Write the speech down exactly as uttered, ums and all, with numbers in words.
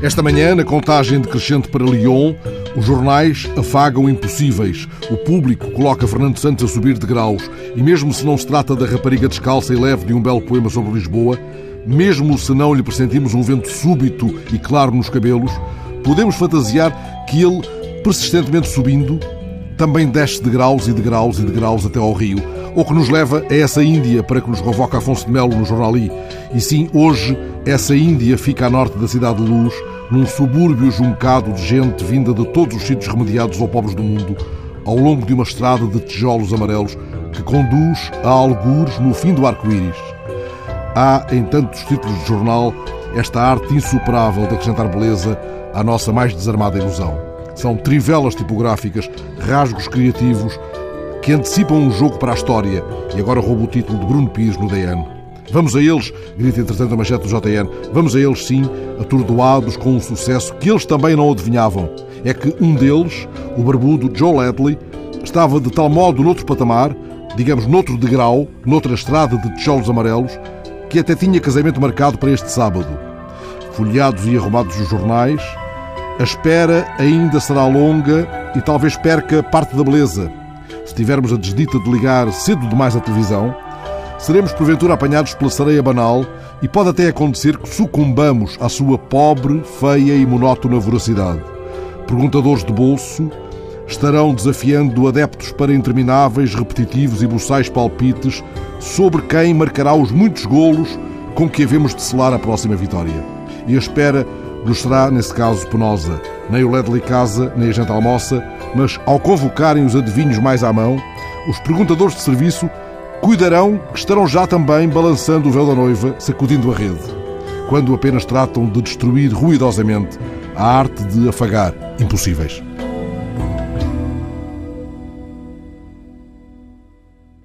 Esta manhã, na contagem decrescente para Lyon, os jornais afagam impossíveis. O público coloca Fernando Santos a subir de graus. E mesmo se não se trata da rapariga descalça e leve de um belo poema sobre Lisboa, mesmo se não lhe pressentimos um vento súbito e claro nos cabelos, podemos fantasiar que ele, persistentemente subindo, também desce de graus e de graus e de graus até ao Rio, ou que nos leva a essa Índia para que nos convoca Afonso de Melo no Jornal I. E sim, hoje, essa Índia fica a norte da Cidade de Luz, num subúrbio juncado de gente vinda de todos os sítios remediados ou pobres do mundo, ao longo de uma estrada de tijolos amarelos que conduz a algures no fim do arco-íris. Há, em tantos títulos de jornal, esta arte insuperável de acrescentar beleza à nossa mais desarmada ilusão. São trivelas tipográficas, rasgos criativos que antecipam um jogo para a história e agora rouba o título de Bruno Pires no D N. Vamos a eles, grita entretanto a manchete do J N, vamos a eles sim, atordoados com um sucesso que eles também não adivinhavam. É que um deles, o barbudo Joe Ledley, estava de tal modo noutro patamar, digamos noutro degrau, noutra estrada de tijolos amarelos, que até tinha casamento marcado para este sábado. Folheados e arrumados os jornais, a espera ainda será longa e talvez perca parte da beleza. Se tivermos a desdita de ligar cedo demais a televisão, seremos porventura apanhados pela sereia banal e pode até acontecer que sucumbamos à sua pobre, feia e monótona voracidade. Perguntadores de bolso estarão desafiando adeptos para intermináveis, repetitivos e boçais palpites sobre quem marcará os muitos golos com que havemos de selar a próxima vitória. E a espera nos será, nesse caso, penosa. Nem o Ledley casa, nem a gente almoça, mas ao convocarem os adivinhos mais à mão, os perguntadores de serviço cuidarão que estarão já também balançando o véu da noiva, sacudindo a rede, quando apenas tratam de destruir ruidosamente a arte de afagar impossíveis.